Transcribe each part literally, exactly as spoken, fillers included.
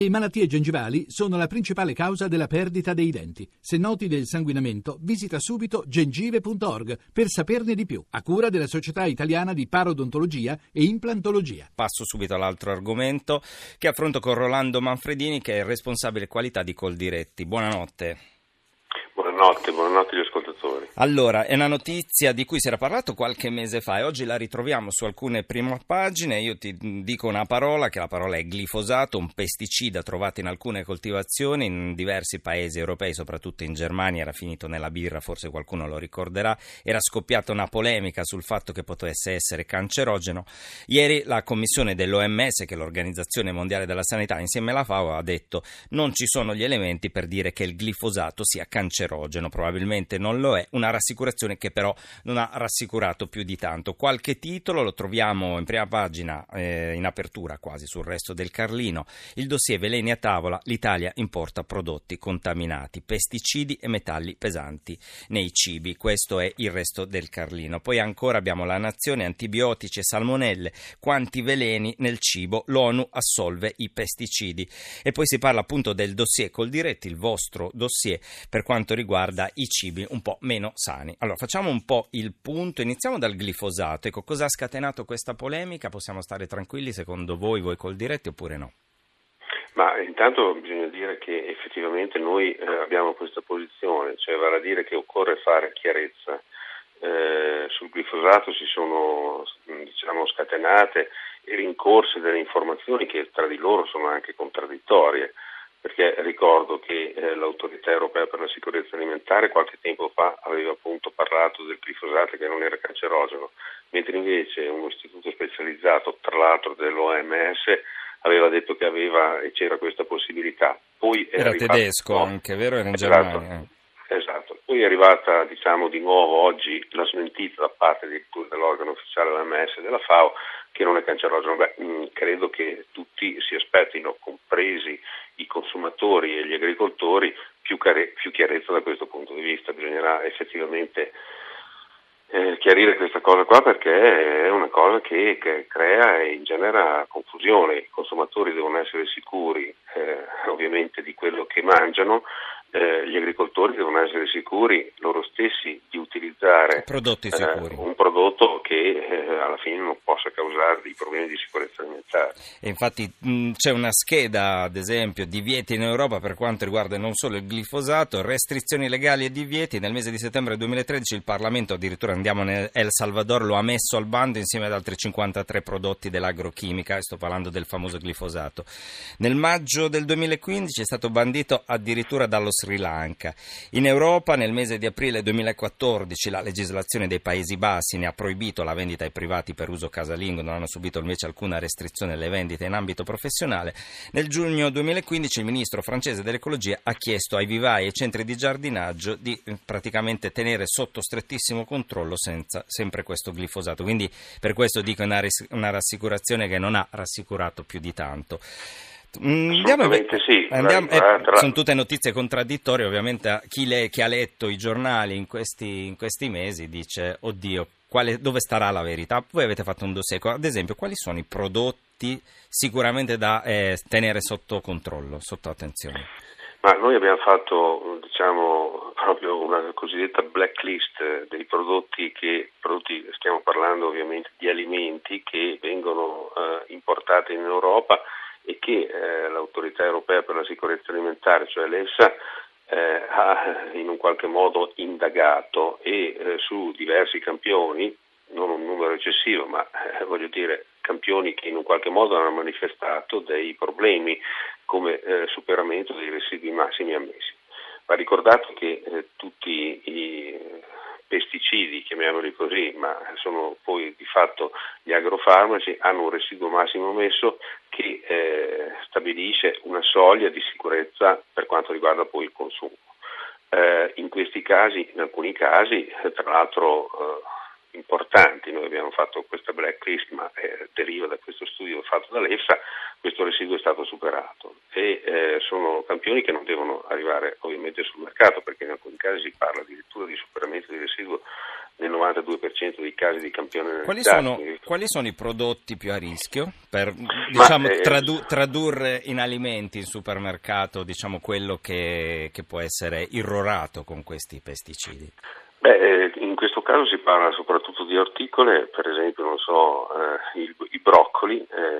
Le malattie gengivali sono la principale causa della perdita dei denti. Se noti del sanguinamento, visita subito gengive punto org per saperne di più, a cura della Società Italiana di Parodontologia e Implantologia. Passo subito all'altro argomento che affronto con Rolando Manfredini, che è il responsabile qualità di Coldiretti. Buonanotte. Buonanotte, buonanotte agli ascoltatori. Allora, è una notizia di cui si era parlato qualche mese fa e oggi la ritroviamo su alcune prime pagine. Io ti dico una parola, che la parola è glifosato, un pesticida trovato in alcune coltivazioni in diversi paesi europei, soprattutto in Germania. Era finito nella birra, forse qualcuno lo ricorderà. Era scoppiata una polemica sul fatto che potesse essere cancerogeno. Ieri la commissione dell'O M S, che è l'Organizzazione Mondiale della Sanità, insieme alla FAO, ha detto non ci sono gli elementi per dire che il glifosato sia cancerogeno, probabilmente non lo è. Una rassicurazione che però non ha rassicurato più di tanto. Qualche titolo lo troviamo in prima pagina, eh, in apertura quasi sul Resto del Carlino. Il dossier veleni a tavola, l'Italia importa prodotti contaminati, pesticidi e metalli pesanti nei cibi. Questo è il Resto del Carlino. Poi ancora abbiamo La Nazione, antibiotici e salmonelle, quanti veleni nel cibo, l'ONU assolve i pesticidi. E poi si parla appunto del dossier Coldiretti, il vostro dossier per quanto riguarda i cibi un po' meno sani. Allora, facciamo un po' il punto, iniziamo dal glifosato. Ecco, cosa ha scatenato questa polemica? Possiamo stare tranquilli secondo voi, voi Coldiretti, oppure no? Ma intanto bisogna dire che effettivamente noi eh, abbiamo questa posizione, cioè vale a dire che occorre fare chiarezza. Eh, sul glifosato si sono diciamo scatenate e rincorse delle informazioni che tra di loro sono anche contraddittorie. Perché ricordo che eh, l'Autorità Europea per la Sicurezza Alimentare qualche tempo fa aveva appunto parlato del glifosato che non era cancerogeno, mentre invece uno istituto specializzato, tra l'altro dell'O M S, aveva detto che aveva e c'era questa possibilità. Poi era rifatto, tedesco no, anche, vero? Era in esatto, Germania. Esatto. Poi è arrivata diciamo di nuovo oggi la smentita da parte di, dell'organo ufficiale dell'O M S e della FAO che non è cancerogeno. Beh, mh, credo che tutti si aspettino, compresi i consumatori e gli agricoltori, più, care- più chiarezza da questo punto di vista. Bisognerà effettivamente eh, chiarire questa cosa qua, perché è una cosa che, che crea e ingenera confusione. I consumatori devono essere sicuri eh, ovviamente di quello che mangiano. Eh, gli agricoltori devono essere sicuri loro stessi di utilizzare prodotti sicuri. Eh, un prodotto che eh, alla fine non possa causare dei problemi di sicurezza alimentare. E infatti mh, c'è una scheda, ad esempio, divieti in Europa per quanto riguarda non solo il glifosato, restrizioni legali e divieti. Nel mese di settembre duemilatredici il Parlamento, addirittura andiamo nel El Salvador, lo ha messo al bando insieme ad altri cinquantatré prodotti dell'agrochimica, e sto parlando del famoso glifosato. Nel maggio del duemilaquindici è stato bandito addirittura dallo Sri Lanka. In Europa nel mese di aprile duemilaquattordici la legislazione dei Paesi Bassi ne ha proibito la vendita ai privati per uso casalingo, non hanno subito invece alcuna restrizione alle vendite in ambito professionale. Nel giugno duemilaquindici il ministro francese dell'ecologia ha chiesto ai vivai e ai centri di giardinaggio di praticamente tenere sotto strettissimo controllo senza sempre questo glifosato. Quindi per questo dico una, ris- una rassicurazione che non ha rassicurato più di tanto. Andiamo, sì, andiamo, eh, sono tutte notizie contraddittorie, ovviamente a chi, le, chi ha letto i giornali in questi, in questi mesi dice oddio, quale, dove starà la verità? Voi avete fatto un dossier, ad esempio quali sono i prodotti sicuramente da eh, tenere sotto controllo, sotto attenzione? Ma noi abbiamo fatto diciamo proprio una cosiddetta blacklist dei prodotti che prodotti, stiamo parlando ovviamente di alimenti che vengono eh, importati in Europa e che eh, l'Autorità Europea per la Sicurezza Alimentare, cioè l'EFSA, eh, ha in un qualche modo indagato e eh, su diversi campioni, non un numero eccessivo, ma eh, voglio dire campioni che in un qualche modo hanno manifestato dei problemi come eh, superamento dei residui massimi ammessi. Va ricordato che eh, tutti i pesticidi, chiamiamoli così, ma sono poi di fatto gli agrofarmaci, hanno un residuo massimo messo che eh, stabilisce una soglia di sicurezza per quanto riguarda poi il consumo. Eh, in questi casi, in alcuni casi, eh, tra l'altro eh, importanti, noi abbiamo fatto questa blacklist, ma eh, deriva da questo studio fatto dall'EFSA, questo residuo è stato superato e eh, sono campioni che non devono arrivare ovviamente sul mercato, perché in alcuni casi si parla addirittura di superamento di residuo nel novantadue per cento dei casi di campione quali nel sono, quali sono i prodotti più a rischio per diciamo, Ma, eh, tradu- tradurre in alimenti in supermercato diciamo, quello che, che può essere irrorato con questi pesticidi? Beh, in questo caso si parla soprattutto di orticole, per esempio, non so, eh, i, i broccoli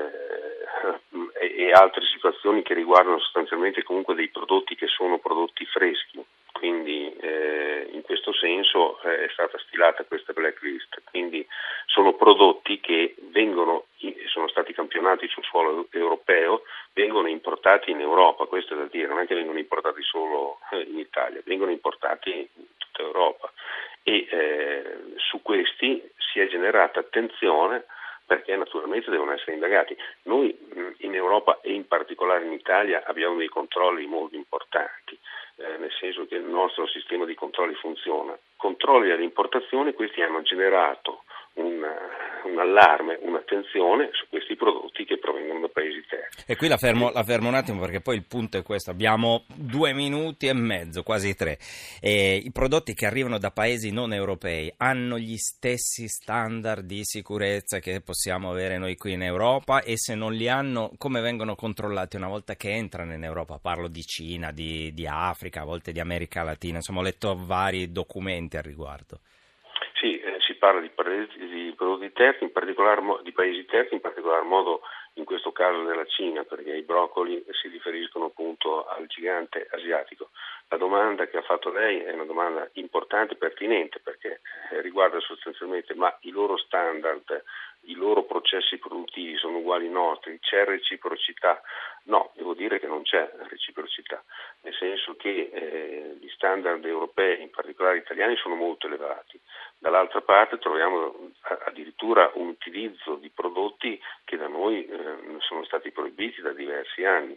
eh, e, e altre situazioni che riguardano sostanzialmente comunque dei prodotti che sono prodotti freschi. Quindi eh, in questo senso eh, è stata stilata questa blacklist. Quindi sono prodotti che vengono, sono stati campionati sul suolo europeo, vengono importati in Europa, questo è da dire, non è che vengono importati solo in Italia, vengono importati in tutta Europa. E eh, su questi si è generata attenzione perché naturalmente devono essere indagati. Noi in Europa e in particolare in Italia abbiamo dei controlli molto importanti, eh, nel senso che il nostro sistema di controlli funziona. Controlli alle importazioni, questi hanno generato un, un allarme, un'attenzione su questi prodotti che provengono da paesi terzi. E qui la fermo, la fermo un attimo perché poi il punto è questo, abbiamo due minuti e mezzo, quasi tre. E i prodotti che arrivano da paesi non europei hanno gli stessi standard di sicurezza che possiamo avere noi qui in Europa e se non li hanno come vengono controllati una volta che entrano in Europa? Parlo di Cina, di, di Africa, a volte di America Latina, insomma ho letto vari documenti al riguardo. Sì, eh, si parla di, di prodotti terzi, in particolar mo- di paesi terzi, in particolar modo in questo caso della Cina, perché i broccoli si riferiscono appunto al gigante asiatico. La domanda che ha fatto lei è una domanda importante e pertinente perché eh, riguarda sostanzialmente ma i loro standard, i loro processi produttivi sono uguali ai nostri, c'è reciprocità? No, devo dire che non c'è reciprocità, nel senso che eh, gli standard europei, in particolare italiani, sono molto elevati. Dall'altra parte troviamo addirittura un utilizzo di prodotti che da noi eh, sono stati proibiti da diversi anni.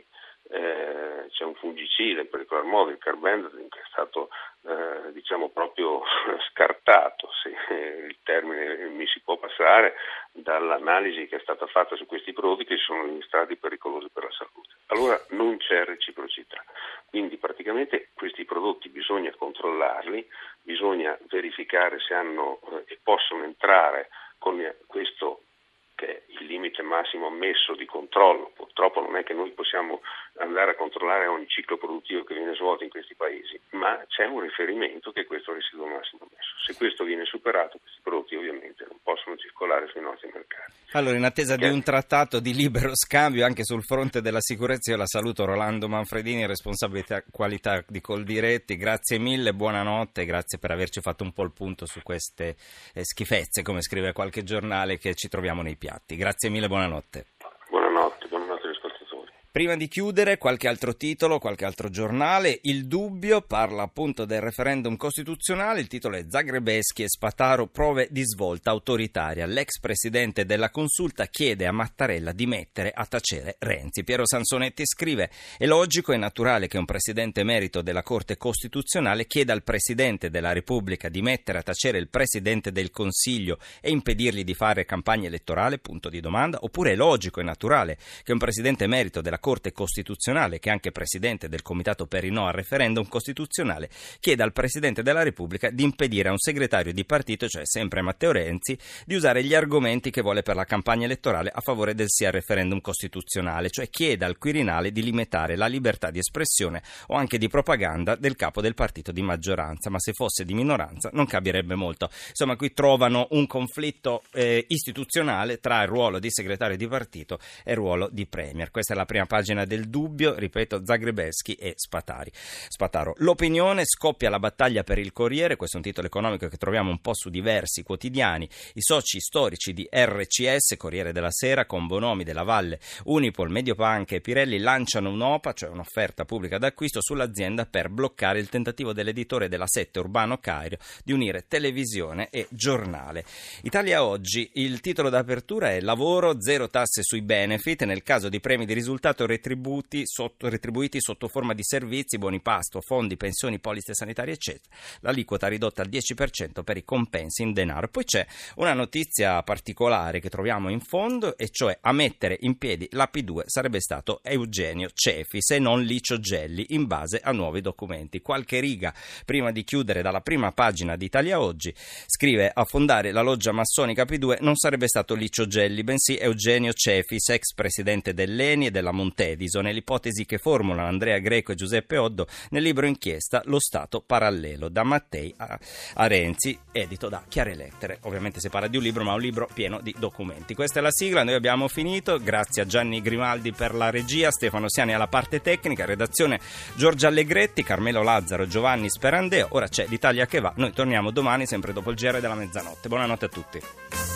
Eh, c'è un fungicida, in particolar modo il carbendazim, che è stato eh, diciamo proprio scartato, se il termine mi si può passare, dall'analisi che è stata fatta su questi prodotti che sono dimostrati pericolosi per la salute. Allora non c'è reciprocità, quindi praticamente questi prodotti bisogna controllarli, bisogna verificare se hanno eh, e possono entrare con questo che è il limite massimo ammesso di controllo. Purtroppo non è che noi possiamo andare a controllare ogni ciclo produttivo che viene svolto in questi paesi, ma c'è un riferimento che è questo residuo massimo ammesso. Se questo viene superato, questi prodotti ovviamente non possono circolare sui nostri mercati. Allora, in attesa che... di un trattato di libero scambio anche sul fronte della sicurezza, io la saluto Rolando Manfredini, responsabile qualità di Coldiretti. Grazie mille, buonanotte, grazie per averci fatto un po' il punto su queste eh, schifezze, come scrive qualche giornale, che ci troviamo nei piatti. Grazie mille, buonanotte. Buonanotte, buonanotte agli ascoltatori. Prima di chiudere, qualche altro titolo, qualche altro giornale. Il Dubbio parla appunto del referendum costituzionale. Il titolo è Zagrebeschi e Spataro, prove di svolta autoritaria. L'ex presidente della Consulta chiede a Mattarella di mettere a tacere Renzi. Piero Sansonetti scrive: è logico e naturale che un presidente emerito della Corte Costituzionale chieda al presidente della Repubblica di mettere a tacere il presidente del Consiglio e impedirgli di fare campagna elettorale, punto di domanda. Oppure è logico e naturale che un presidente emerito della Corte Costituzionale, che è anche presidente del Comitato per il no al referendum costituzionale, chieda al Presidente della Repubblica di impedire a un segretario di partito, cioè sempre Matteo Renzi, di usare gli argomenti che vuole per la campagna elettorale a favore del sì al referendum costituzionale, cioè chieda al Quirinale di limitare la libertà di espressione o anche di propaganda del capo del partito di maggioranza, ma se fosse di minoranza non capirebbe molto. Insomma, qui trovano un conflitto eh, istituzionale tra il ruolo di segretario di partito e il ruolo di premier. Questa è la prima pagina del Dubbio, ripeto, Zagrebeschi e Spatari. Spataro. L'Opinione, scoppia la battaglia per il Corriere, questo è un titolo economico che troviamo un po' su diversi quotidiani. I soci storici di R C S, Corriere della Sera, con Bonomi, Della Valle, Unipol, Mediobanca e Pirelli lanciano un'O P A, cioè un'offerta pubblica d'acquisto sull'azienda per bloccare il tentativo dell'editore della Sette Urbano Cairo di unire televisione e giornale. Italia Oggi, il titolo d'apertura è Lavoro, zero tasse sui benefit, nel caso di premi di risultato cento retributi sotto, retribuiti sotto forma di servizi, buoni pasto, fondi, pensioni, polizze sanitarie, eccetera. L'aliquota ridotta al dieci per cento per i compensi in denaro. Poi c'è una notizia particolare che troviamo in fondo, e cioè a mettere in piedi la P due sarebbe stato Eugenio Cefis e non Licio Gelli, in base a nuovi documenti. Qualche riga prima di chiudere dalla prima pagina di Italia Oggi, scrive: a fondare la loggia massonica P due non sarebbe stato Licio Gelli, bensì Eugenio Cefis, ex presidente dell'E N I e della Montedison, nell'ipotesi che formulano Andrea Greco e Giuseppe Oddo nel libro inchiesta Lo Stato Parallelo, da Mattei a, a Renzi, edito da Chiare Lettere. Ovviamente si parla di un libro, ma un libro pieno di documenti. Questa è la sigla, noi abbiamo finito. Grazie a Gianni Grimaldi per la regia, Stefano Siani alla parte tecnica, redazione Giorgia Allegretti, Carmelo Lazzaro, Giovanni Sperandeo. Ora c'è l'Italia che va, noi torniamo domani sempre dopo il G R della mezzanotte. Buonanotte a tutti.